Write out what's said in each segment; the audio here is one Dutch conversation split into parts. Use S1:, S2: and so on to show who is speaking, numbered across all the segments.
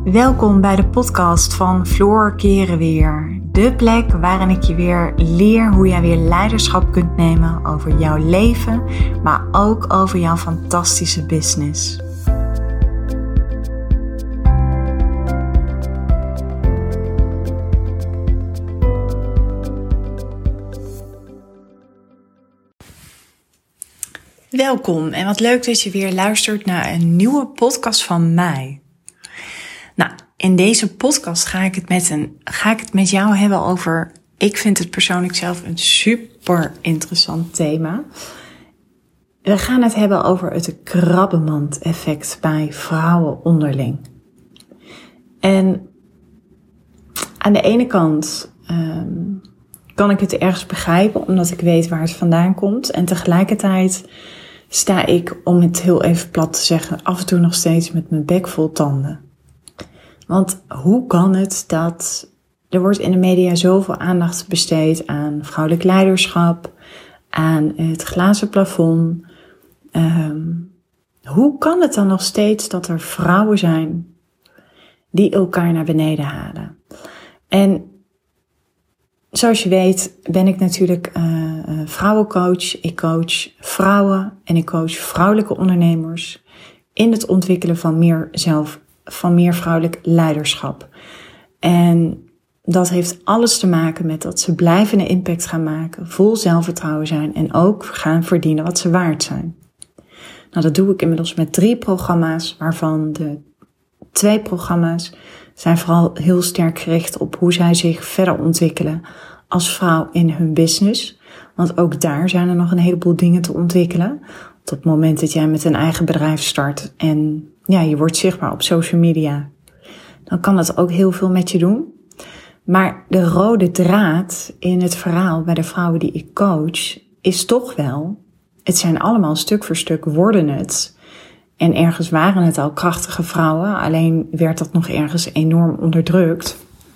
S1: Welkom bij de podcast van Floor Keren Weer. De plek waarin ik je weer leer hoe jij weer leiderschap kunt nemen over jouw leven, maar ook over jouw fantastische business. Welkom en wat leuk dat je weer luistert naar een nieuwe podcast van mij. Nou, in deze podcast ga ik het met jou hebben over, ik vind het persoonlijk zelf een super interessant thema. We gaan het hebben over het krabbenmand-effect bij vrouwen onderling. En aan de ene kant kan ik het ergens begrijpen, omdat ik weet waar het vandaan komt. En tegelijkertijd sta ik, om het heel even plat te zeggen, af en toe nog steeds met mijn bek vol tanden. Want hoe kan het dat er wordt in de media zoveel aandacht besteed aan vrouwelijk leiderschap, aan het glazen plafond? Hoe kan het dan nog steeds dat er vrouwen zijn die elkaar naar beneden halen? En zoals je weet ben ik natuurlijk vrouwencoach. Ik coach vrouwen en ik coach vrouwelijke ondernemers in het ontwikkelen van meer vrouwelijk leiderschap. En dat heeft alles te maken met dat ze blijvende impact gaan maken, vol zelfvertrouwen zijn en ook gaan verdienen wat ze waard zijn. Nou, dat doe ik inmiddels met 3 programma's, waarvan de 2 programma's zijn vooral heel sterk gericht op hoe zij zich verder ontwikkelen als vrouw in hun business. Want ook daar zijn er nog een heleboel dingen te ontwikkelen. Op het moment dat jij met een eigen bedrijf start en je wordt zichtbaar op social media, dan kan dat ook heel veel met je doen. Maar de rode draad in het verhaal bij de vrouwen die ik coach is toch wel, het zijn allemaal stuk voor stuk worden het. En ergens waren het al krachtige vrouwen, alleen werd dat nog ergens enorm onderdrukt.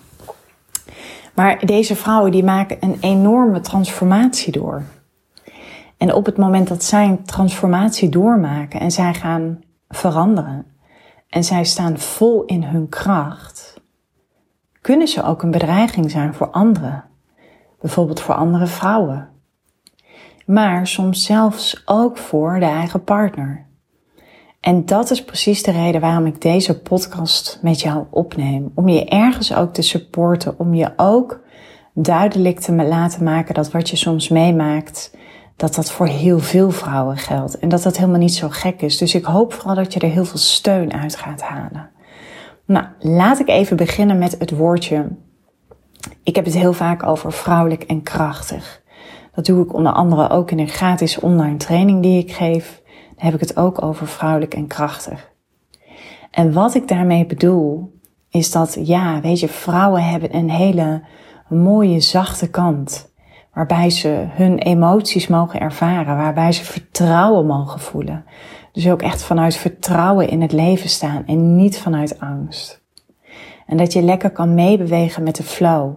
S1: Maar deze vrouwen die maken een enorme transformatie door. En op het moment dat zij een transformatie doormaken en zij gaan veranderen en zij staan vol in hun kracht, kunnen ze ook een bedreiging zijn voor anderen. Bijvoorbeeld voor andere vrouwen. Maar soms zelfs ook voor de eigen partner. En dat is precies de reden waarom ik deze podcast met jou opneem. Om je ergens ook te supporten. Om je ook duidelijk te laten maken dat wat je soms meemaakt, dat voor heel veel vrouwen geldt. En dat helemaal niet zo gek is. Dus ik hoop vooral dat je er heel veel steun uit gaat halen. Nou, laat ik even beginnen met het woordje. Ik heb het heel vaak over vrouwelijk en krachtig. Dat doe ik onder andere ook in een gratis online training die ik geef. Dan heb ik het ook over vrouwelijk en krachtig. En wat ik daarmee bedoel, is dat, vrouwen hebben een hele mooie, zachte kant. Waarbij ze hun emoties mogen ervaren, waarbij ze vertrouwen mogen voelen. Dus ook echt vanuit vertrouwen in het leven staan en niet vanuit angst. En dat je lekker kan meebewegen met de flow.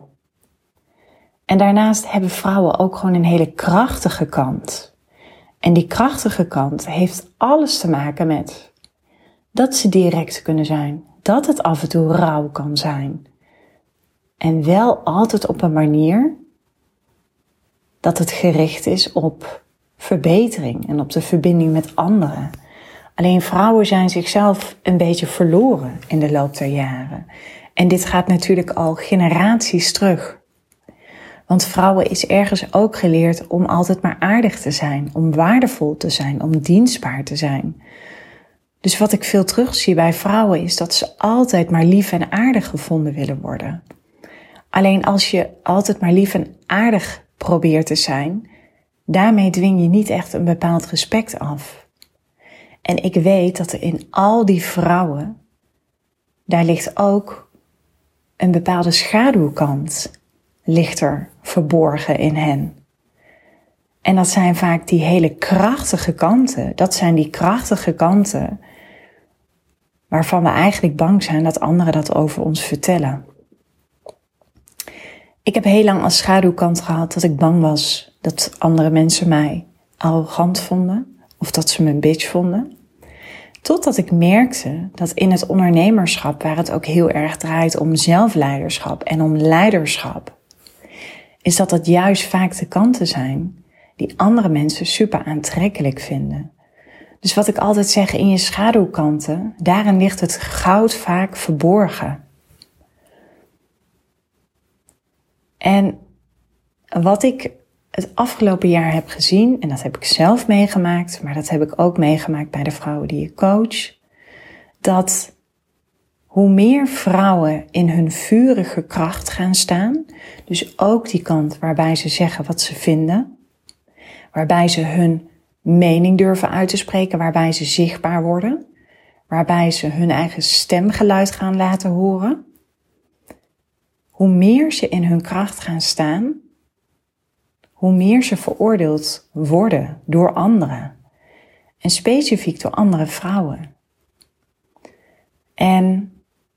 S1: En daarnaast hebben vrouwen ook gewoon een hele krachtige kant. En die krachtige kant heeft alles te maken met dat ze direct kunnen zijn. Dat het af en toe rauw kan zijn. En wel altijd op een manier dat het gericht is op verbetering en op de verbinding met anderen. Alleen vrouwen zijn zichzelf een beetje verloren in de loop der jaren. En dit gaat natuurlijk al generaties terug. Want vrouwen is ergens ook geleerd om altijd maar aardig te zijn, om waardevol te zijn, om dienstbaar te zijn. Dus wat ik veel terugzie bij vrouwen is dat ze altijd maar lief en aardig gevonden willen worden. Alleen als je altijd maar lief en aardig probeert te zijn, daarmee dwing je niet echt een bepaald respect af. En ik weet dat er in al die vrouwen, daar ligt ook een bepaalde schaduwkant, ligt er verborgen in hen. En dat zijn vaak die hele krachtige kanten. Dat zijn die krachtige kanten waarvan we eigenlijk bang zijn dat anderen dat over ons vertellen. Ik heb heel lang als schaduwkant gehad dat ik bang was dat andere mensen mij arrogant vonden of dat ze me een bitch vonden. Totdat ik merkte dat in het ondernemerschap, waar het ook heel erg draait om zelfleiderschap en om leiderschap, is dat dat juist vaak de kanten zijn die andere mensen super aantrekkelijk vinden. Dus wat ik altijd zeg, in je schaduwkanten, daarin ligt het goud vaak verborgen. En wat ik het afgelopen jaar heb gezien, en dat heb ik zelf meegemaakt, maar dat heb ik ook meegemaakt bij de vrouwen die ik coach, dat hoe meer vrouwen in hun vurige kracht gaan staan, dus ook die kant waarbij ze zeggen wat ze vinden, waarbij ze hun mening durven uit te spreken, waarbij ze zichtbaar worden, waarbij ze hun eigen stemgeluid gaan laten horen. Hoe meer ze in hun kracht gaan staan, hoe meer ze veroordeeld worden door anderen. En specifiek door andere vrouwen. En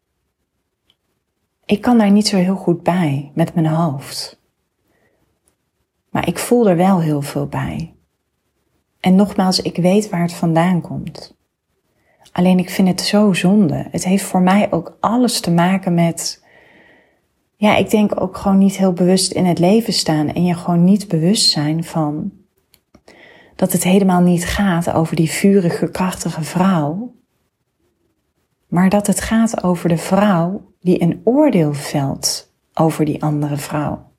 S1: ik kan daar niet zo heel goed bij met mijn hoofd. Maar ik voel er wel heel veel bij. En nogmaals, ik weet waar het vandaan komt. Alleen ik vind het zo zonde. Het heeft voor mij ook alles te maken met, ja, ik denk ook gewoon niet heel bewust in het leven staan. En je gewoon niet bewust zijn van dat het helemaal niet gaat over die vurige, krachtige vrouw. Maar dat het gaat over de vrouw die een oordeel velt over die andere vrouw.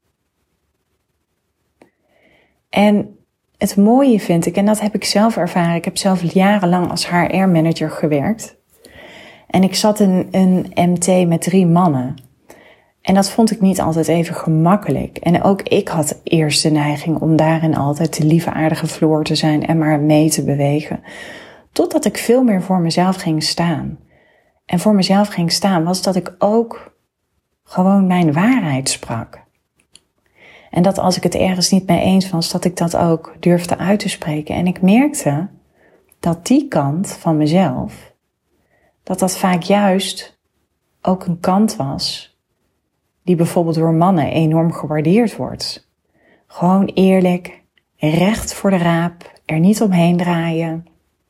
S1: En het mooie vind ik, en dat heb ik zelf ervaren, ik heb zelf jarenlang als HR-manager gewerkt. En ik zat in een MT met 3 mannen. En dat vond ik niet altijd even gemakkelijk. En ook ik had eerst de neiging om daarin altijd de lieve aardige Floor te zijn en maar mee te bewegen. Totdat ik veel meer voor mezelf ging staan. En voor mezelf ging staan was dat ik ook gewoon mijn waarheid sprak. En dat als ik het ergens niet mee eens was, dat ik dat ook durfde uit te spreken. En ik merkte dat die kant van mezelf, dat vaak juist ook een kant was die bijvoorbeeld door mannen enorm gewaardeerd wordt. Gewoon eerlijk, recht voor de raap, er niet omheen draaien.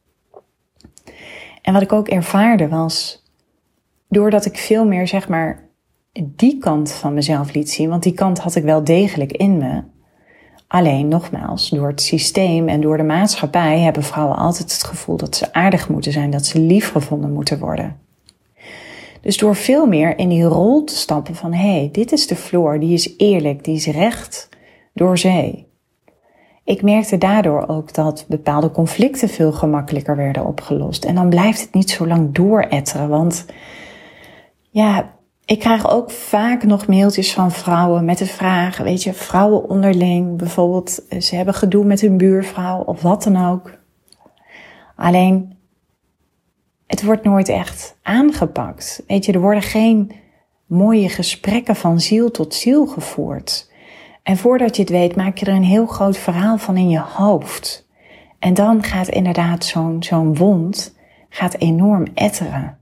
S1: En wat ik ook ervaarde was, doordat ik veel meer zeg maar die kant van mezelf liet zien, want die kant had ik wel degelijk in me. Alleen nogmaals, door het systeem en door de maatschappij hebben vrouwen altijd het gevoel dat ze aardig moeten zijn, dat ze lief gevonden moeten worden. Dus door veel meer in die rol te stappen van, hé, dit is de Floor, die is eerlijk, die is recht door zee. Ik merkte daardoor ook dat bepaalde conflicten veel gemakkelijker werden opgelost. En dan blijft het niet zo lang dooretteren, want ja, ik krijg ook vaak nog mailtjes van vrouwen met de vraag, weet je, vrouwen onderling, bijvoorbeeld, ze hebben gedoe met hun buurvrouw of wat dan ook. Alleen, het wordt nooit echt aangepakt. Weet je, er worden geen mooie gesprekken van ziel tot ziel gevoerd. En voordat je het weet, maak je er een heel groot verhaal van in je hoofd. En dan gaat inderdaad zo'n wond gaat enorm etteren.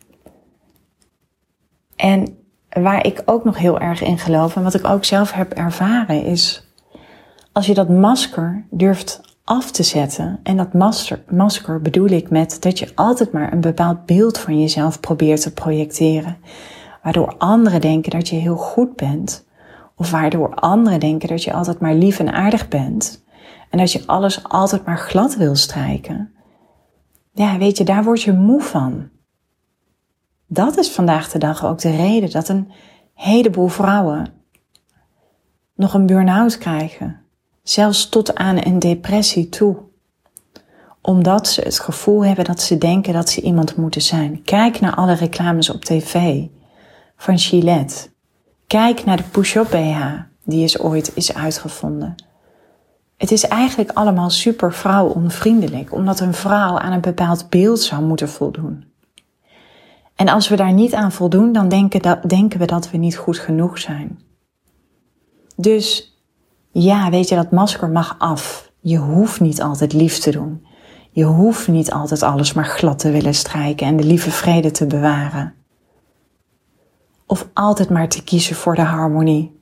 S1: En waar ik ook nog heel erg in geloof en wat ik ook zelf heb ervaren is, als je dat masker durft af te zetten, en dat masker bedoel ik met dat je altijd maar een bepaald beeld van jezelf probeert te projecteren, waardoor anderen denken dat je heel goed bent, of waardoor anderen denken dat je altijd maar lief en aardig bent, en dat je alles altijd maar glad wil strijken. Ja, weet je, daar word je moe van. Dat is vandaag de dag ook de reden dat een heleboel vrouwen nog een burn-out krijgen. Zelfs tot aan een depressie toe. Omdat ze het gevoel hebben dat ze denken dat ze iemand moeten zijn. Kijk naar alle reclames op tv van Gillette. Kijk naar de push-up BH die ooit is uitgevonden. Het is eigenlijk allemaal super vrouwonvriendelijk, omdat een vrouw aan een bepaald beeld zou moeten voldoen. En als we daar niet aan voldoen, dan denken we dat we niet goed genoeg zijn. Dus ja, weet je, dat masker mag af. Je hoeft niet altijd lief te doen. Je hoeft niet altijd alles maar glad te willen strijken en de lieve vrede te bewaren. Of altijd maar te kiezen voor de harmonie.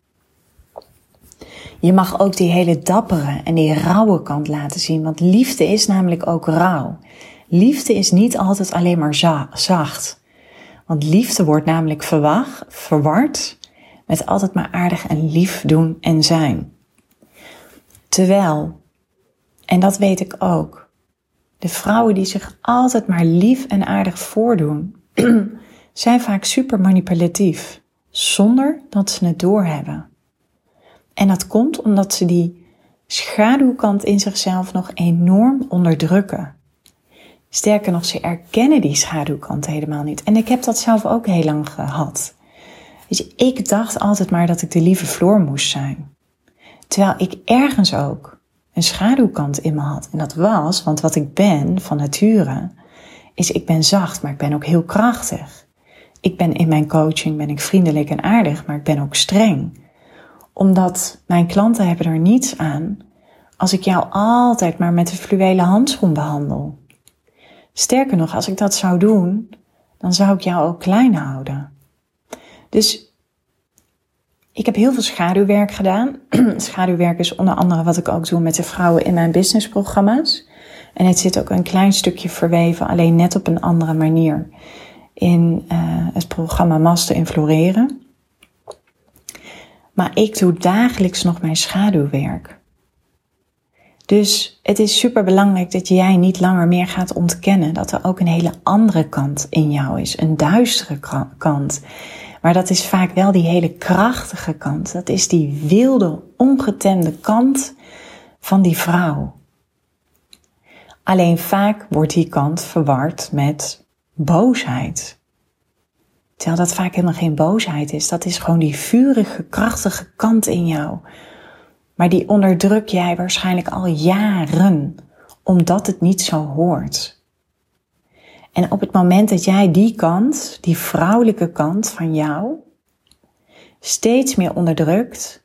S1: Je mag ook die hele dappere en die rauwe kant laten zien, want liefde is namelijk ook rauw. Liefde is niet altijd alleen maar zacht. Want liefde wordt namelijk verward met altijd maar aardig en lief doen en zijn. Terwijl, en dat weet ik ook, de vrouwen die zich altijd maar lief en aardig voordoen, zijn vaak super manipulatief, zonder dat ze het doorhebben. En dat komt omdat ze die schaduwkant in zichzelf nog enorm onderdrukken. Sterker nog, ze erkennen die schaduwkant helemaal niet. En ik heb dat zelf ook heel lang gehad. Dus ik dacht altijd maar dat ik de lieve Floor moest zijn. Terwijl ik ergens ook een schaduwkant in me had. En dat was, want wat ik ben van nature, is ik ben zacht, maar ik ben ook heel krachtig. Ik ben in mijn coaching ben ik vriendelijk en aardig, maar ik ben ook streng. Omdat mijn klanten hebben er niets aan als ik jou altijd maar met de fluwelen handschoen behandel. Sterker nog, als ik dat zou doen, dan zou ik jou ook klein houden. Dus ik heb heel veel schaduwwerk gedaan. Schaduwwerk is onder andere wat ik ook doe met de vrouwen in mijn businessprogramma's. En het zit ook een klein stukje verweven, alleen net op een andere manier, in het programma Master in Floreren. Maar ik doe dagelijks nog mijn schaduwwerk. Dus het is super belangrijk dat jij niet langer meer gaat ontkennen dat er ook een hele andere kant in jou is. Een duistere kant. Maar dat is vaak wel die hele krachtige kant. Dat is die wilde, ongetemde kant van die vrouw. Alleen vaak wordt die kant verward met boosheid. Terwijl dat vaak helemaal geen boosheid is. Dat is gewoon die vurige, krachtige kant in jou. Maar die onderdruk jij waarschijnlijk al jaren, omdat het niet zo hoort. En op het moment dat jij die kant, die vrouwelijke kant van jou, steeds meer onderdrukt,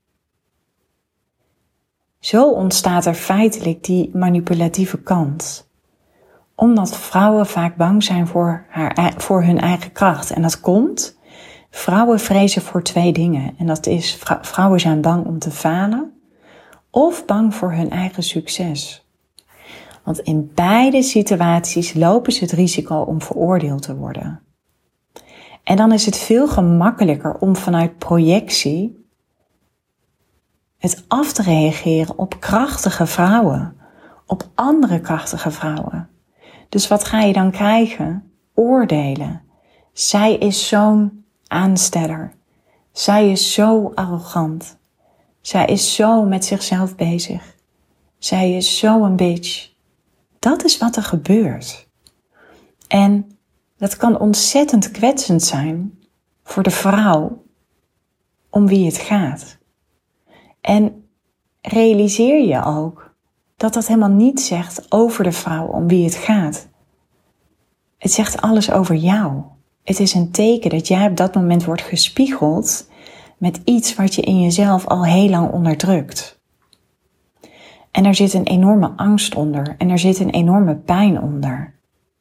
S1: zo ontstaat er feitelijk die manipulatieve kant. Omdat vrouwen vaak bang zijn voor hun eigen kracht. En dat komt, vrouwen vrezen voor 2 dingen. En dat is, vrouwen zijn bang om te falen of bang voor hun eigen succes. Want in beide situaties lopen ze het risico om veroordeeld te worden. En dan is het veel gemakkelijker om vanuit projectie het af te reageren op krachtige vrouwen, op andere krachtige vrouwen. Dus wat ga je dan krijgen? Oordelen. Zij is zo'n aansteller. Zij is zo arrogant. Zij is zo met zichzelf bezig. Zij is zo een bitch. Dat is wat er gebeurt. En dat kan ontzettend kwetsend zijn voor de vrouw om wie het gaat. En realiseer je ook dat dat helemaal niet zegt over de vrouw om wie het gaat. Het zegt alles over jou. Het is een teken dat jij op dat moment wordt gespiegeld met iets wat je in jezelf al heel lang onderdrukt. En er zit een enorme angst onder en er zit een enorme pijn onder.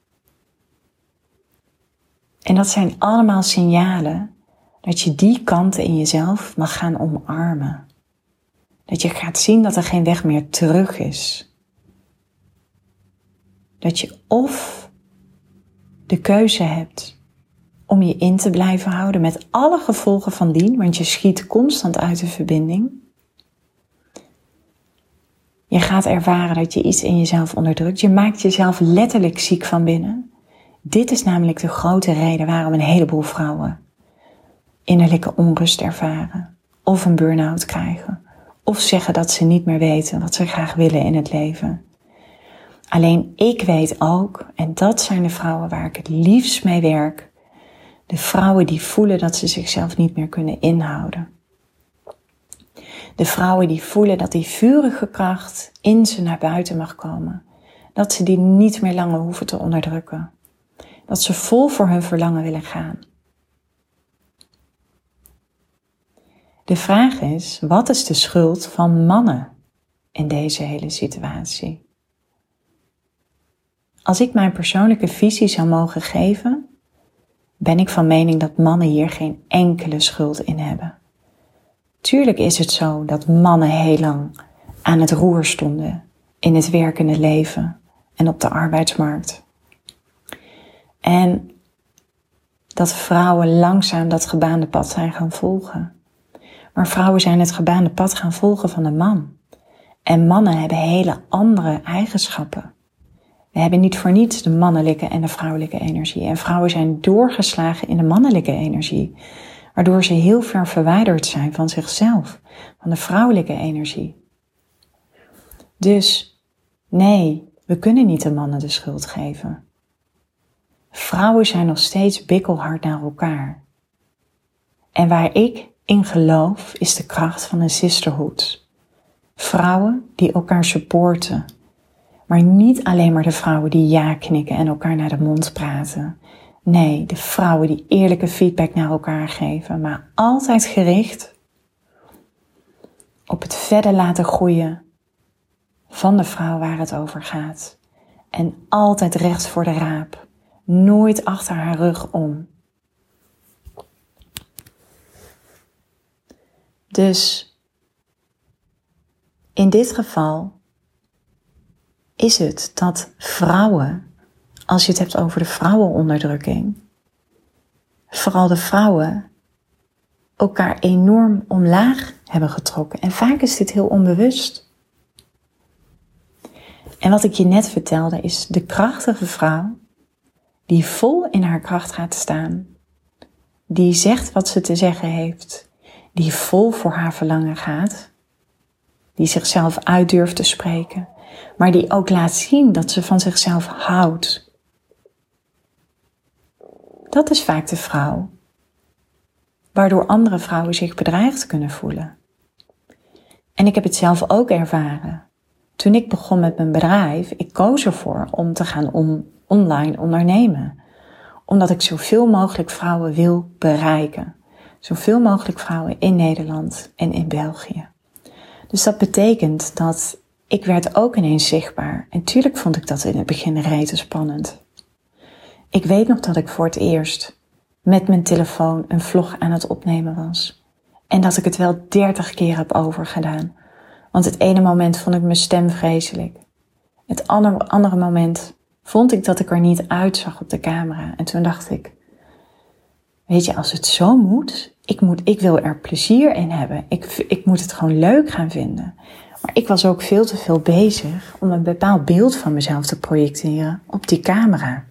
S1: En dat zijn allemaal signalen dat je die kanten in jezelf mag gaan omarmen. Dat je gaat zien dat er geen weg meer terug is. Dat je of de keuze hebt om je in te blijven houden met alle gevolgen van dien, want je schiet constant uit de verbinding. Je gaat ervaren dat je iets in jezelf onderdrukt. Je maakt jezelf letterlijk ziek van binnen. Dit is namelijk de grote reden waarom een heleboel vrouwen innerlijke onrust ervaren, of een burn-out krijgen, of zeggen dat ze niet meer weten wat ze graag willen in het leven. Alleen ik weet ook, en dat zijn de vrouwen waar ik het liefst mee werk, de vrouwen die voelen dat ze zichzelf niet meer kunnen inhouden. De vrouwen die voelen dat die vurige kracht in ze naar buiten mag komen. Dat ze die niet meer langer hoeven te onderdrukken. Dat ze vol voor hun verlangen willen gaan. De vraag is, wat is de schuld van mannen in deze hele situatie? Als ik mijn persoonlijke visie zou mogen geven, ben ik van mening dat mannen hier geen enkele schuld in hebben. Tuurlijk is het zo dat mannen heel lang aan het roer stonden in het werkende leven en op de arbeidsmarkt. En dat vrouwen langzaam dat gebaande pad zijn gaan volgen. Maar vrouwen zijn het gebaande pad gaan volgen van een man. En mannen hebben hele andere eigenschappen. We hebben niet voor niets de mannelijke en de vrouwelijke energie. En vrouwen zijn doorgeslagen in de mannelijke energie. Waardoor ze heel ver verwijderd zijn van zichzelf. Van de vrouwelijke energie. Dus nee, we kunnen niet de mannen de schuld geven. Vrouwen zijn nog steeds bikkelhard naar elkaar. En waar ik in geloof is de kracht van een sisterhood. Vrouwen die elkaar supporten. Maar niet alleen maar de vrouwen die ja knikken en elkaar naar de mond praten. Nee, de vrouwen die eerlijke feedback naar elkaar geven. Maar altijd gericht op het verder laten groeien van de vrouw waar het over gaat. En altijd recht voor de raap. Nooit achter haar rug om. Dus in dit geval is het dat vrouwen, als je het hebt over de vrouwenonderdrukking, vooral de vrouwen elkaar enorm omlaag hebben getrokken. En vaak is dit heel onbewust. En wat ik je net vertelde is de krachtige vrouw die vol in haar kracht gaat staan, die zegt wat ze te zeggen heeft, die vol voor haar verlangen gaat, die zichzelf uit durft te spreken, maar die ook laat zien dat ze van zichzelf houdt. Dat is vaak de vrouw, waardoor andere vrouwen zich bedreigd kunnen voelen. En ik heb het zelf ook ervaren. Toen ik begon met mijn bedrijf, ik koos ervoor om te gaan online ondernemen. Omdat ik zoveel mogelijk vrouwen wil bereiken. Zoveel mogelijk vrouwen in Nederland en in België. Dus dat betekent dat ik werd ook ineens zichtbaar. En tuurlijk vond ik dat in het begin rete spannend. Ik weet nog dat ik voor het eerst met mijn telefoon een vlog aan het opnemen was. En dat ik het wel 30 keer heb overgedaan. Want het ene moment vond ik mijn stem vreselijk. Het andere moment vond ik dat ik er niet uitzag op de camera. En toen dacht ik, weet je, als het zo moet, ik wil er plezier in hebben. Ik moet het gewoon leuk gaan vinden. Maar ik was ook veel te veel bezig om een bepaald beeld van mezelf te projecteren op die camera.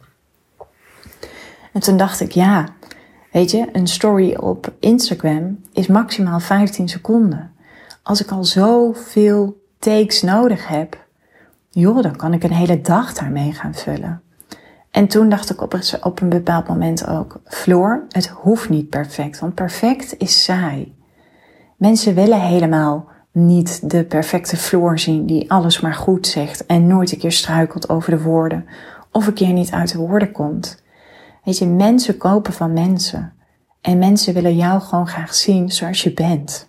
S1: En toen dacht ik, ja, weet je, een story op Instagram is maximaal 15 seconden. Als ik al zoveel takes nodig heb, joh, dan kan ik een hele dag daarmee gaan vullen. En toen dacht ik op een bepaald moment ook, Floor, het hoeft niet perfect, want perfect is saai. Mensen willen helemaal niet de perfecte Floor zien die alles maar goed zegt en nooit een keer struikelt over de woorden of een keer niet uit de woorden komt. Weet je, mensen kopen van mensen en mensen willen jou gewoon graag zien zoals je bent.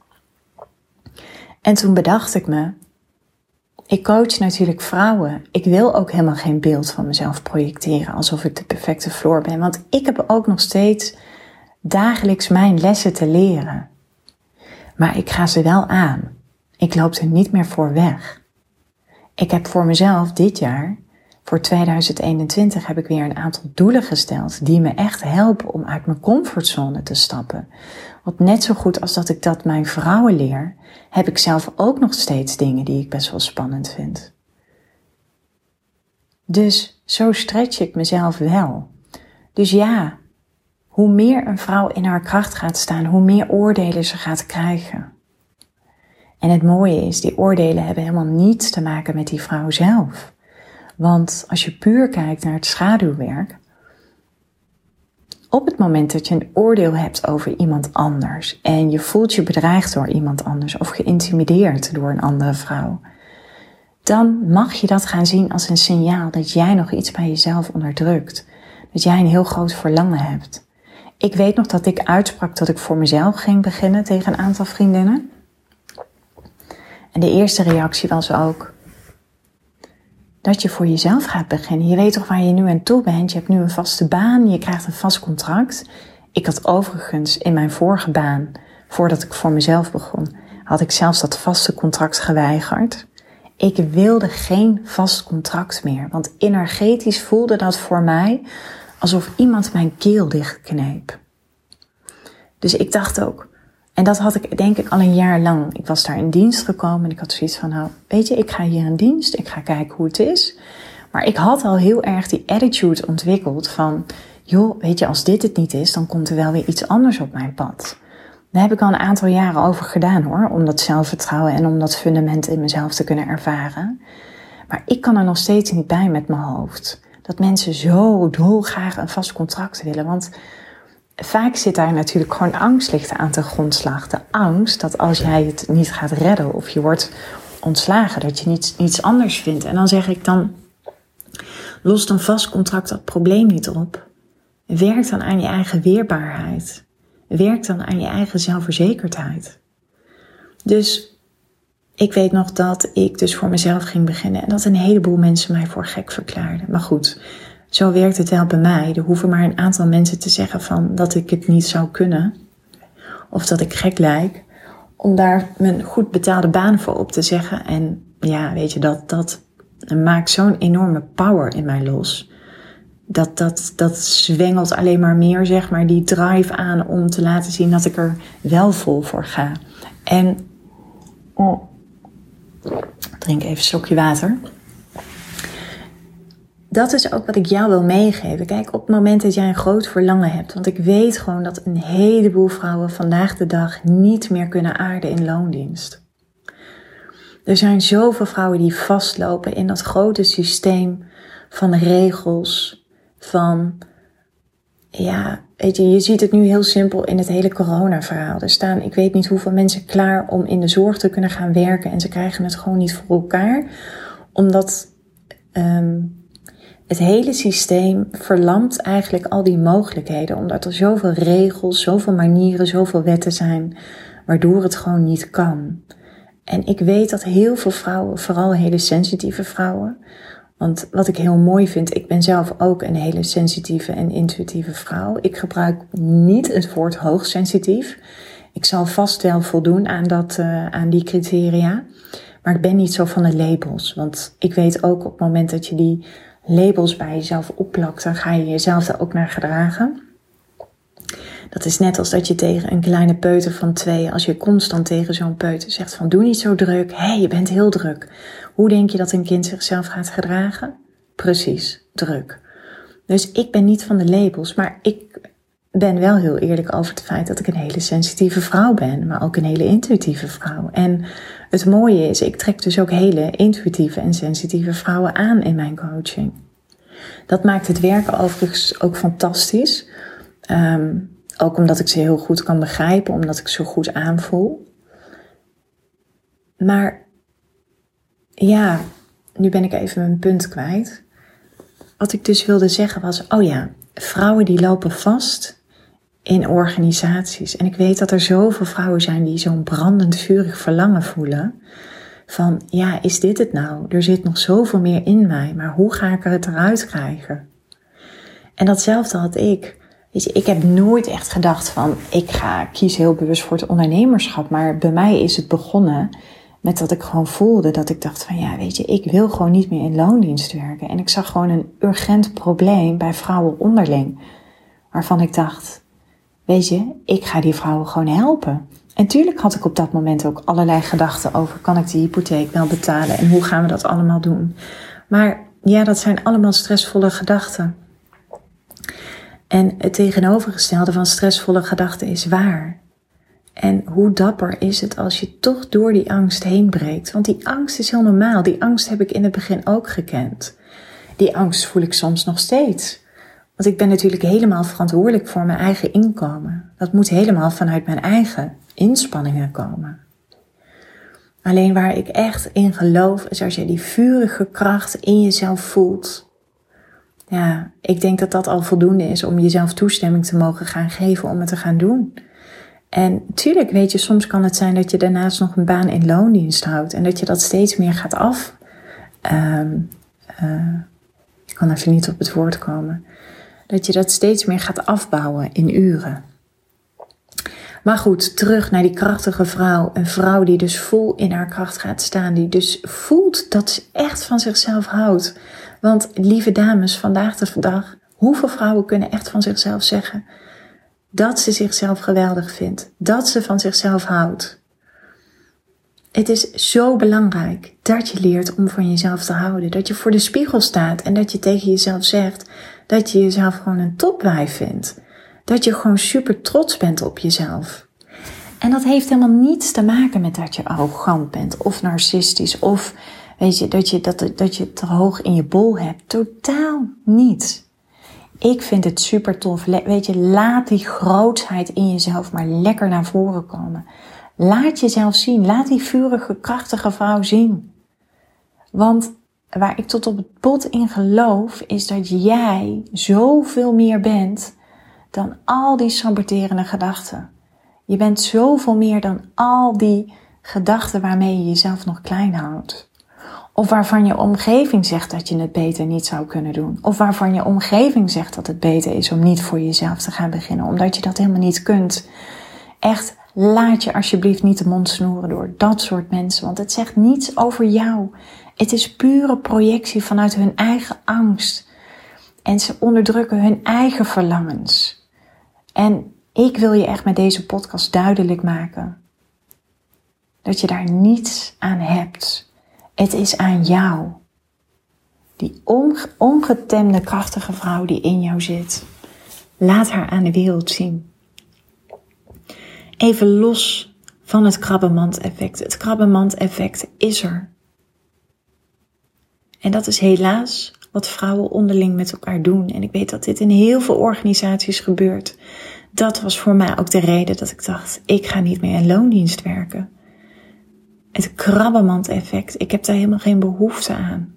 S1: En toen bedacht ik me, ik coach natuurlijk vrouwen. Ik wil ook helemaal geen beeld van mezelf projecteren alsof ik de perfecte Floor ben. Want ik heb ook nog steeds dagelijks mijn lessen te leren. Maar ik ga ze wel aan. Ik loop er niet meer voor weg. Ik heb voor mezelf dit jaar, voor 2021, heb ik weer een aantal doelen gesteld die me echt helpen om uit mijn comfortzone te stappen. Want net zo goed als dat ik dat mijn vrouwen leer, heb ik zelf ook nog steeds dingen die ik best wel spannend vind. Dus zo stretch ik mezelf wel. Dus ja, hoe meer een vrouw in haar kracht gaat staan, hoe meer oordelen ze gaat krijgen. En het mooie is, die oordelen hebben helemaal niets te maken met die vrouw zelf. Want als je puur kijkt naar het schaduwwerk, op het moment dat je een oordeel hebt over iemand anders en je voelt je bedreigd door iemand anders of geïntimideerd door een andere vrouw, dan mag je dat gaan zien als een signaal dat jij nog iets bij jezelf onderdrukt. Dat jij een heel groot verlangen hebt. Ik weet nog dat ik uitsprak dat ik voor mezelf ging beginnen tegen een aantal vriendinnen. En de eerste reactie was ook dat je voor jezelf gaat beginnen. Je weet toch waar je nu aan toe bent. Je hebt nu een vaste baan, je krijgt een vast contract. Ik had overigens in mijn vorige baan, voordat ik voor mezelf begon, had ik zelfs dat vaste contract geweigerd. Ik wilde geen vast contract meer. Want energetisch voelde dat voor mij alsof iemand mijn keel dichtkneep. Dus ik dacht ook, en dat had ik denk ik al een jaar lang. Ik was daar in dienst gekomen en ik had zoiets van, nou weet je, ik ga hier in dienst. Ik ga kijken hoe het is. Maar ik had al heel erg die attitude ontwikkeld van, joh, weet je, als dit het niet is, dan komt er wel weer iets anders op mijn pad. Daar heb ik al een aantal jaren over gedaan hoor, om dat zelfvertrouwen en om dat fundament in mezelf te kunnen ervaren. Maar ik kan er nog steeds niet bij met mijn hoofd. Dat mensen zo dolgraag een vast contract willen, want vaak zit daar natuurlijk gewoon angst ligt aan ten grondslag. De angst dat als jij het niet gaat redden of je wordt ontslagen, dat je niets anders vindt. En dan zeg ik dan, lost een vast contract dat probleem niet op. Werk dan aan je eigen weerbaarheid. Werk dan aan je eigen zelfverzekerdheid. Dus ik weet nog dat ik dus voor mezelf ging beginnen. En dat een heleboel mensen mij voor gek verklaarden. Maar goed, zo werkt het wel bij mij. Er hoeven maar een aantal mensen te zeggen van dat ik het niet zou kunnen. Of dat ik gek lijk. Om daar mijn goed betaalde baan voor op te zeggen. En ja, weet je, dat maakt zo'n enorme power in mij los. Dat zwengelt alleen maar meer, zeg maar, die drive aan om te laten zien dat ik er wel vol voor ga. En, drink even een slokje water. Dat is ook wat ik jou wil meegeven. Kijk, op het moment dat jij een groot verlangen hebt, want ik weet gewoon dat een heleboel vrouwen vandaag de dag niet meer kunnen aarden in loondienst. Er zijn zoveel vrouwen die vastlopen in dat grote systeem van regels, van, ja, weet je ziet het nu heel simpel in het hele corona-verhaal. Er staan, ik weet niet hoeveel mensen klaar om in de zorg te kunnen gaan werken en ze krijgen het gewoon niet voor elkaar, omdat het hele systeem verlamt eigenlijk al die mogelijkheden, omdat er zoveel regels, zoveel manieren, zoveel wetten zijn, waardoor het gewoon niet kan. En ik weet dat heel veel vrouwen, vooral hele sensitieve vrouwen, want wat ik heel mooi vind, ik ben zelf ook een hele sensitieve en intuïtieve vrouw. Ik gebruik niet het woord hoogsensitief. Ik zal vast wel voldoen aan die criteria. Maar ik ben niet zo van de labels. Want ik weet ook op het moment dat je die labels bij jezelf opplakt, dan ga je jezelf daar ook naar gedragen. Dat is net als dat je tegen een kleine peuter van 2, als je constant tegen zo'n peuter zegt van doe niet zo druk, je bent heel druk. Hoe denk je dat een kind zichzelf gaat gedragen? Precies, druk. Dus ik ben niet van de labels, maar ik ben wel heel eerlijk over het feit dat ik een hele sensitieve vrouw ben, maar ook een hele intuïtieve vrouw. En het mooie is, ik trek dus ook hele intuïtieve en sensitieve vrouwen aan in mijn coaching. Dat maakt het werken overigens ook fantastisch. Ook omdat ik ze heel goed kan begrijpen, omdat ik ze goed aanvoel. Maar ja, nu ben ik even mijn punt kwijt. Wat ik dus wilde zeggen was, vrouwen die lopen vast in organisaties. En ik weet dat er zoveel vrouwen zijn die zo'n brandend vurig verlangen voelen. Van, is dit het nou? Er zit nog zoveel meer in mij, maar hoe ga ik het eruit krijgen? En datzelfde had ik. Weet je, ik heb nooit echt gedacht van, ik kies heel bewust voor het ondernemerschap. Maar bij mij is het begonnen met dat ik gewoon voelde dat ik dacht van, weet je, ik wil gewoon niet meer in loondienst werken. En ik zag gewoon een urgent probleem bij vrouwen onderling. Waarvan ik dacht, weet je, ik ga die vrouwen gewoon helpen. En tuurlijk had ik op dat moment ook allerlei gedachten over, kan ik die hypotheek wel betalen en hoe gaan we dat allemaal doen? Maar dat zijn allemaal stressvolle gedachten. En het tegenovergestelde van stressvolle gedachten is waar. En hoe dapper is het als je toch door die angst heen breekt. Want die angst is heel normaal. Die angst heb ik in het begin ook gekend. Die angst voel ik soms nog steeds. Want ik ben natuurlijk helemaal verantwoordelijk voor mijn eigen inkomen. Dat moet helemaal vanuit mijn eigen inspanningen komen. Alleen waar ik echt in geloof is als je die vurige kracht in jezelf voelt. Ik denk dat dat al voldoende is om jezelf toestemming te mogen gaan geven om het te gaan doen. En tuurlijk, weet je, soms kan het zijn dat je daarnaast nog een baan in loondienst houdt. En dat je dat steeds meer gaat ik kan even niet op het woord komen. Dat je dat steeds meer gaat afbouwen in uren. Maar goed, terug naar die krachtige vrouw. Een vrouw die dus vol in haar kracht gaat staan. Die dus voelt dat ze echt van zichzelf houdt. Want lieve dames, vandaag de dag, hoeveel vrouwen kunnen echt van zichzelf zeggen dat ze zichzelf geweldig vindt. Dat ze van zichzelf houdt. Het is zo belangrijk dat je leert om van jezelf te houden. Dat je voor de spiegel staat en dat je tegen jezelf zegt dat je jezelf gewoon een topwijf vindt. Dat je gewoon super trots bent op jezelf. En dat heeft helemaal niets te maken met dat je arrogant bent of narcistisch of weet je, dat je te hoog in je bol hebt. Totaal niet. Ik vind het super tof. Weet je, laat die grootsheid in jezelf maar lekker naar voren komen. Laat jezelf zien. Laat die vurige, krachtige vrouw zien. Want waar ik tot op het bot in geloof, is dat jij zoveel meer bent dan al die saboterende gedachten. Je bent zoveel meer dan al die gedachten waarmee je jezelf nog klein houdt. Of waarvan je omgeving zegt dat je het beter niet zou kunnen doen. Of waarvan je omgeving zegt dat het beter is om niet voor jezelf te gaan beginnen. Omdat je dat helemaal niet kunt. Echt, laat je alsjeblieft niet de mond snoeren door dat soort mensen. Want het zegt niets over jou. Het is pure projectie vanuit hun eigen angst. En ze onderdrukken hun eigen verlangens. En ik wil je echt met deze podcast duidelijk maken dat je daar niets aan hebt. Het is aan jou. Die ongetemde krachtige vrouw die in jou zit. Laat haar aan de wereld zien. Even los van het krabbenmandeffect. Het krabbenmandeffect is er. En dat is helaas wat vrouwen onderling met elkaar doen. En ik weet dat dit in heel veel organisaties gebeurt. Dat was voor mij ook de reden dat ik dacht, ik ga niet meer in loondienst werken. Het krabbenmandeffect, ik heb daar helemaal geen behoefte aan.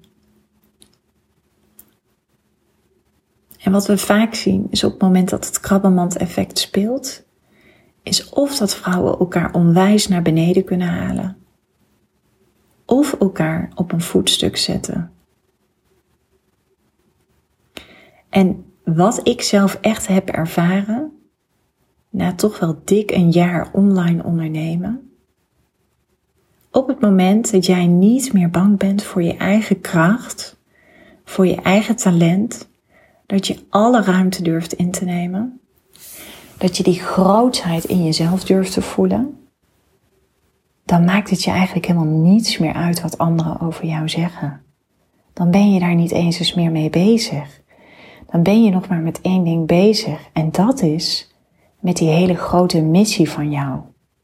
S1: En wat we vaak zien is op het moment dat het krabbenmandeffect speelt, is of dat vrouwen elkaar onwijs naar beneden kunnen halen, of elkaar op een voetstuk zetten. En wat ik zelf echt heb ervaren, na toch wel dik een jaar online ondernemen, op het moment dat jij niet meer bang bent voor je eigen kracht, voor je eigen talent, dat je alle ruimte durft in te nemen, dat je die grootheid in jezelf durft te voelen, dan maakt het je eigenlijk helemaal niets meer uit wat anderen over jou zeggen. Dan ben je daar niet eens meer mee bezig. Dan ben je nog maar met één ding bezig en dat is met die hele grote missie van jou.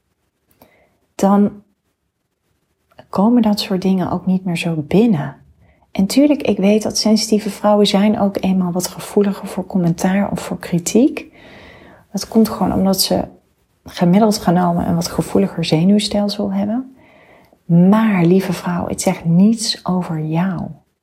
S1: Dan komen dat soort dingen ook niet meer zo binnen. En tuurlijk, ik weet dat sensitieve vrouwen zijn ook eenmaal wat gevoeliger voor commentaar of voor kritiek. Dat komt gewoon omdat ze gemiddeld genomen een wat gevoeliger zenuwstelsel hebben. Maar, lieve vrouw, het zegt niets over jou.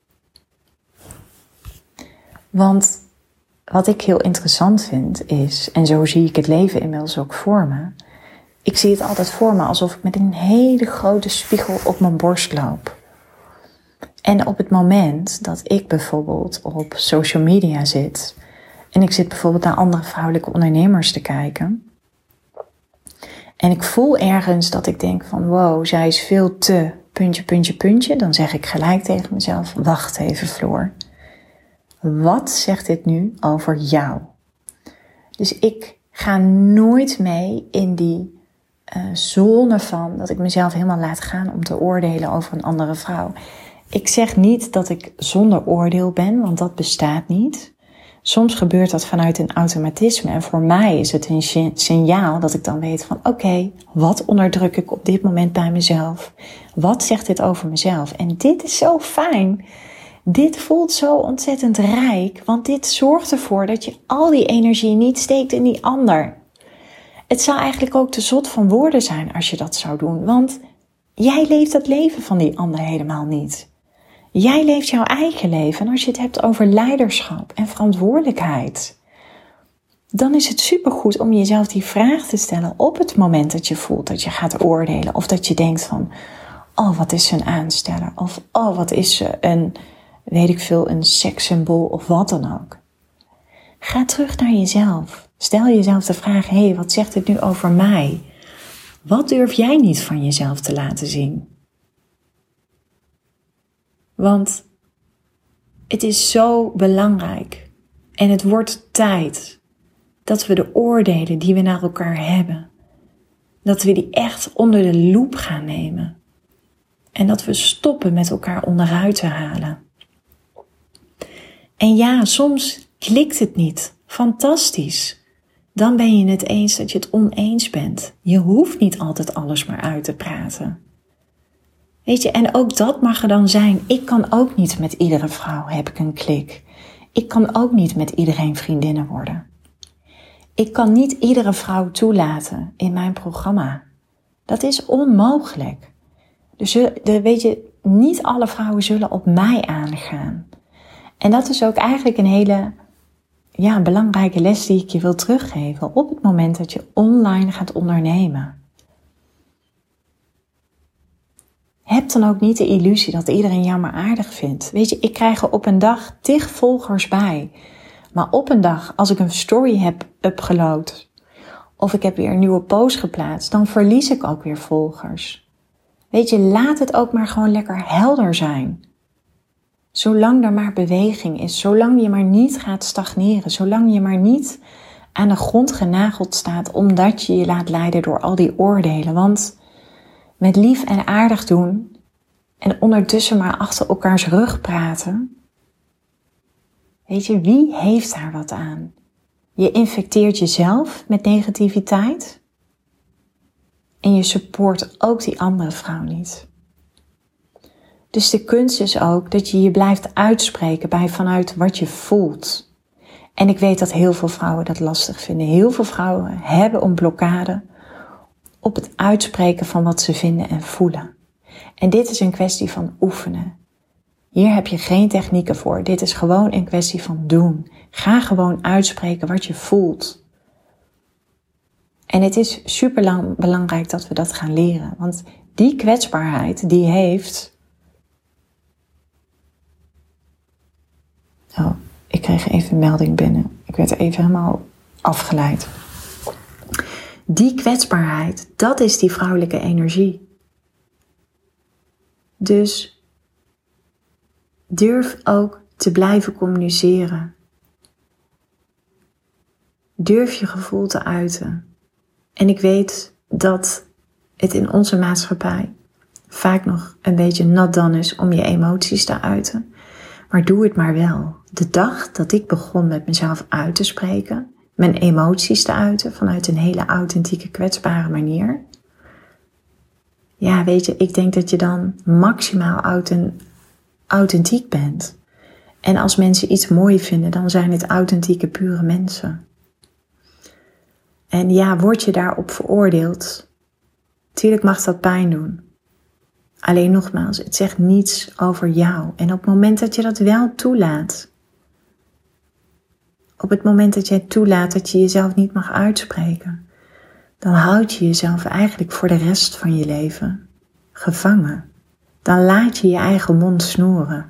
S1: Want wat ik heel interessant vind is, en zo zie ik het leven inmiddels ook voor me, ik zie het altijd voor me alsof ik met een hele grote spiegel op mijn borst loop. En op het moment dat ik bijvoorbeeld op social media zit, en ik zit bijvoorbeeld naar andere vrouwelijke ondernemers te kijken, en ik voel ergens dat ik denk van wow, zij is veel te puntje, dan zeg ik gelijk tegen mezelf, wacht even Floor. Wat zegt dit nu over jou? Dus ik ga nooit mee in die zone van dat ik mezelf helemaal laat gaan om te oordelen over een andere vrouw. Ik zeg niet dat ik zonder oordeel ben, want dat bestaat niet. Soms gebeurt dat vanuit een automatisme en voor mij is het een signaal dat ik dan weet van oké, wat onderdruk ik op dit moment bij mezelf? Wat zegt dit over mezelf? En dit is zo fijn. Dit voelt zo ontzettend rijk, want dit zorgt ervoor dat je al die energie niet steekt in die ander. Het zou eigenlijk ook te zot van woorden zijn als je dat zou doen, want jij leeft het leven van die ander helemaal niet. Jij leeft jouw eigen leven en als je het hebt over leiderschap en verantwoordelijkheid, dan is het supergoed om jezelf die vraag te stellen op het moment dat je voelt dat je gaat oordelen of dat je denkt van, oh wat is ze een aansteller of oh wat is ze een, weet ik veel, een sekssymbool of wat dan ook. Ga terug naar jezelf. Stel jezelf de vraag, hé, wat zegt het nu over mij? Wat durf jij niet van jezelf te laten zien? Want het is zo belangrijk en het wordt tijd dat we de oordelen die we naar elkaar hebben, dat we die echt onder de loep gaan nemen. En dat we stoppen met elkaar onderuit te halen. En ja, soms klikt het niet. Fantastisch. Dan ben je het eens dat je het oneens bent. Je hoeft niet altijd alles maar uit te praten. Weet je, en ook dat mag er dan zijn. Ik kan ook niet met iedere vrouw, heb ik een klik. Ik kan ook niet met iedereen vriendinnen worden. Ik kan niet iedere vrouw toelaten in mijn programma. Dat is onmogelijk. Dus weet je, niet alle vrouwen zullen op mij aangaan. En dat is ook eigenlijk een hele belangrijke les die ik je wil teruggeven op het moment dat je online gaat ondernemen. Heb dan ook niet de illusie dat iedereen jou maar aardig vindt. Weet je, ik krijg er op een dag 10 volgers bij. Maar op een dag, als ik een story heb upgeload, of ik heb weer een nieuwe post geplaatst, dan verlies ik ook weer volgers. Weet je, laat het ook maar gewoon lekker helder zijn. Zolang er maar beweging is, zolang je maar niet gaat stagneren, zolang je maar niet aan de grond genageld staat omdat je je laat leiden door al die oordelen. Want met lief en aardig doen en ondertussen maar achter elkaars rug praten, weet je, wie heeft daar wat aan? Je infecteert jezelf met negativiteit en je support ook die andere vrouw niet. Dus de kunst is ook dat je je blijft uitspreken vanuit wat je voelt. En ik weet dat heel veel vrouwen dat lastig vinden. Heel veel vrouwen hebben een blokkade op het uitspreken van wat ze vinden en voelen. En dit is een kwestie van oefenen. Hier heb je geen technieken voor. Dit is gewoon een kwestie van doen. Ga gewoon uitspreken wat je voelt. En het is super belangrijk dat we dat gaan leren. Want die kwetsbaarheid die heeft... Oh, ik kreeg even een melding binnen. Ik werd even helemaal afgeleid. Die kwetsbaarheid, dat is die vrouwelijke energie. Dus durf ook te blijven communiceren. Durf je gevoel te uiten. En ik weet dat het in onze maatschappij vaak nog een beetje nat dan is om je emoties te uiten. Maar doe het maar wel. De dag dat ik begon met mezelf uit te spreken, mijn emoties te uiten vanuit een hele authentieke, kwetsbare manier. Ja, weet je, ik denk dat je dan maximaal authentiek bent. En als mensen iets mooi vinden, dan zijn het authentieke, pure mensen. En ja, word je daarop veroordeeld? Tuurlijk mag dat pijn doen. Alleen nogmaals, het zegt niets over jou. En op het moment dat je dat wel toelaat, op het moment dat jij toelaat dat je jezelf niet mag uitspreken, dan houd je jezelf eigenlijk voor de rest van je leven gevangen. Dan laat je je eigen mond snoeren.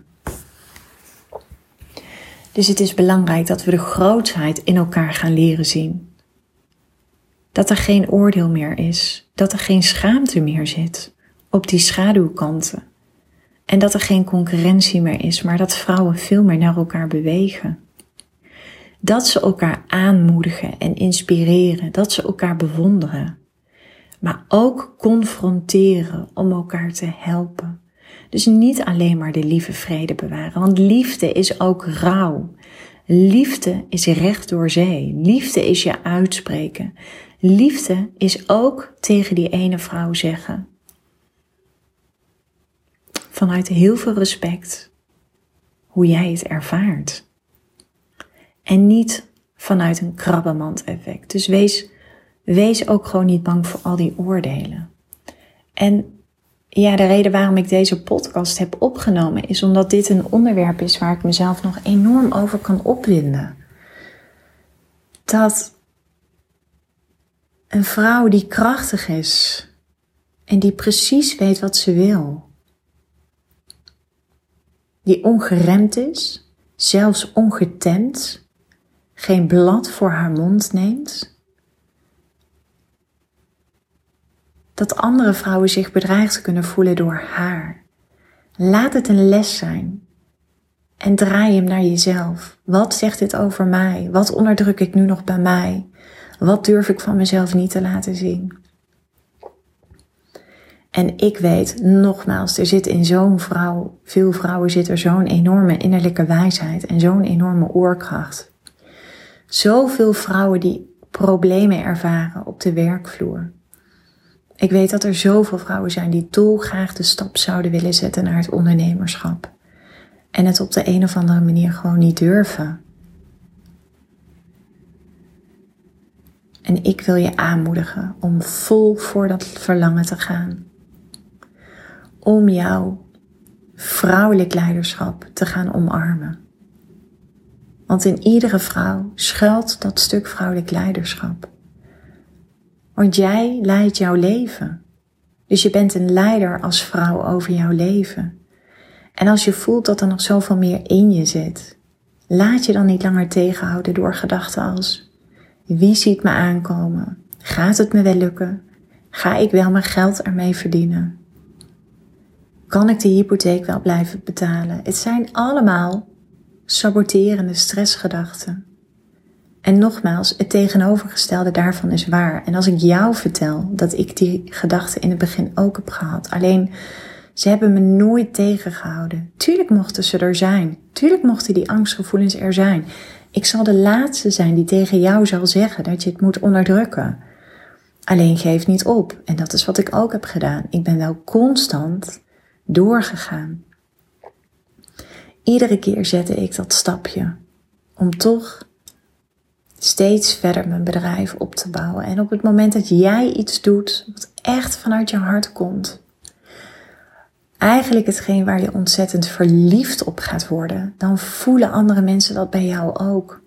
S1: Dus het is belangrijk dat we de grootsheid in elkaar gaan leren zien. Dat er geen oordeel meer is. Dat er geen schaamte meer zit op die schaduwkanten. En dat er geen concurrentie meer is, maar dat vrouwen veel meer naar elkaar bewegen. Dat ze elkaar aanmoedigen en inspireren. Dat ze elkaar bewonderen. Maar ook confronteren om elkaar te helpen. Dus niet alleen maar de lieve vrede bewaren. Want liefde is ook rouw. Liefde is recht door zee. Liefde is je uitspreken. Liefde is ook tegen die ene vrouw zeggen, vanuit heel veel respect, hoe jij het ervaart. En niet vanuit een krabbenmand-effect. Dus wees ook gewoon niet bang voor al die oordelen. En ja, de reden waarom ik deze podcast heb opgenomen is omdat dit een onderwerp is waar ik mezelf nog enorm over kan opwinden. Dat een vrouw die krachtig is en die precies weet wat ze wil, die ongeremd is, zelfs ongetemd, geen blad voor haar mond neemt, dat andere vrouwen zich bedreigd kunnen voelen door haar. Laat het een les zijn. En draai hem naar jezelf. Wat zegt dit over mij? Wat onderdruk ik nu nog bij mij? Wat durf ik van mezelf niet te laten zien? En ik weet, nogmaals, er zit in zo'n vrouw, veel vrouwen zit er zo'n enorme innerlijke wijsheid en zo'n enorme oorkracht. Zoveel vrouwen die problemen ervaren op de werkvloer. Ik weet dat er zoveel vrouwen zijn die dolgraag de stap zouden willen zetten naar het ondernemerschap. En het op de een of andere manier gewoon niet durven. En ik wil je aanmoedigen om vol voor dat verlangen te gaan. Om jouw vrouwelijk leiderschap te gaan omarmen. Want in iedere vrouw schuilt dat stuk vrouwelijk leiderschap. Want jij leidt jouw leven. Dus je bent een leider als vrouw over jouw leven. En als je voelt dat er nog zoveel meer in je zit, laat je dan niet langer tegenhouden door gedachten als: wie ziet me aankomen? Gaat het me wel lukken? Ga ik wel mijn geld ermee verdienen? Kan ik de hypotheek wel blijven betalen? Het zijn allemaal saboterende stressgedachten. En nogmaals, het tegenovergestelde daarvan is waar. En als ik jou vertel dat ik die gedachten in het begin ook heb gehad, alleen ze hebben me nooit tegengehouden. Tuurlijk mochten ze er zijn. Tuurlijk mochten die angstgevoelens er zijn. Ik zal de laatste zijn die tegen jou zal zeggen dat je het moet onderdrukken. Alleen geef niet op. En dat is wat ik ook heb gedaan. Ik ben wel constant doorgegaan. Iedere keer zette ik dat stapje om toch steeds verder mijn bedrijf op te bouwen. En op het moment dat jij iets doet wat echt vanuit je hart komt, eigenlijk hetgeen waar je ontzettend verliefd op gaat worden, dan voelen andere mensen dat bij jou ook.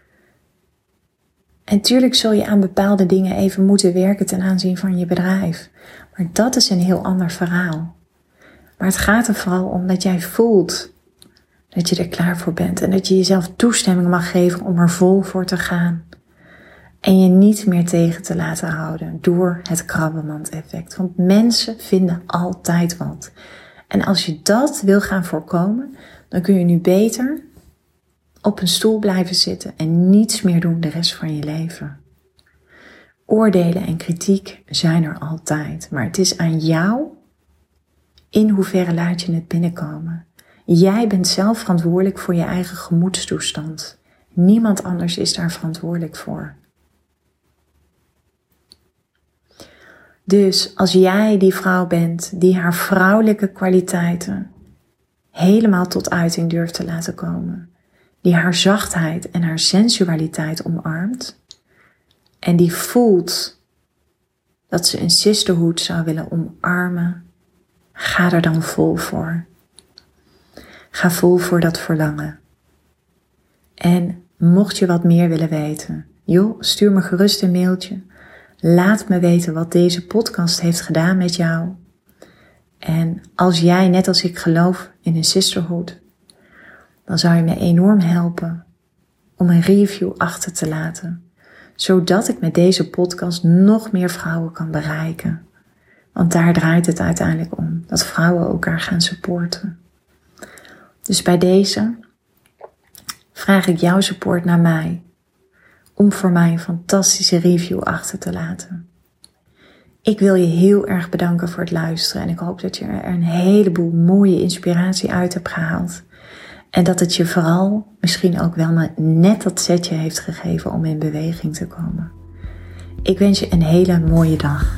S1: En tuurlijk zul je aan bepaalde dingen even moeten werken ten aanzien van je bedrijf. Maar dat is een heel ander verhaal. Maar het gaat er vooral om dat jij voelt dat je er klaar voor bent. En dat je jezelf toestemming mag geven om er vol voor te gaan. En je niet meer tegen te laten houden door het krabbenmand-effect. Want mensen vinden altijd wat. En als je dat wil gaan voorkomen, dan kun je nu beter op een stoel blijven zitten en niets meer doen de rest van je leven. Oordelen en kritiek zijn er altijd, maar het is aan jou in hoeverre laat je het binnenkomen. Jij bent zelf verantwoordelijk voor je eigen gemoedstoestand. Niemand anders is daar verantwoordelijk voor. Dus als jij die vrouw bent die haar vrouwelijke kwaliteiten helemaal tot uiting durft te laten komen, die haar zachtheid en haar sensualiteit omarmt en die voelt dat ze een sisterhood zou willen omarmen, ga er dan vol voor. Ga vol voor dat verlangen. En mocht je wat meer willen weten, joh, stuur me gerust een mailtje. Laat me weten wat deze podcast heeft gedaan met jou. En als jij, net als ik, gelooft in een sisterhood, dan zou je me enorm helpen om een review achter te laten. Zodat ik met deze podcast nog meer vrouwen kan bereiken. Want daar draait het uiteindelijk om. Dat vrouwen elkaar gaan supporten. Dus bij deze vraag ik jouw support naar mij. Om voor mij een fantastische review achter te laten. Ik wil je heel erg bedanken voor het luisteren. En ik hoop dat je er een heleboel mooie inspiratie uit hebt gehaald. En dat het je vooral misschien ook wel net dat setje heeft gegeven om in beweging te komen. Ik wens je een hele mooie dag.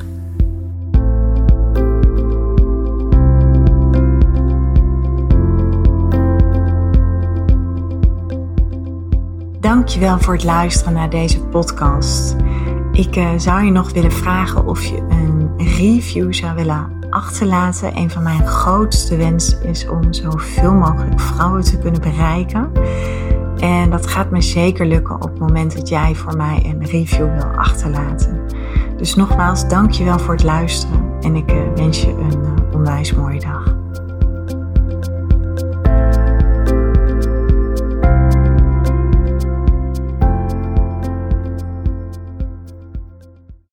S1: Dankjewel voor het luisteren naar deze podcast. Ik zou je nog willen vragen of je een review zou willen achterlaten. Een van mijn grootste wensen is om zoveel mogelijk vrouwen te kunnen bereiken. En dat gaat me zeker lukken op het moment dat jij voor mij een review wil achterlaten. Dus nogmaals, dankjewel voor het luisteren en ik wens je een onwijs mooie dag.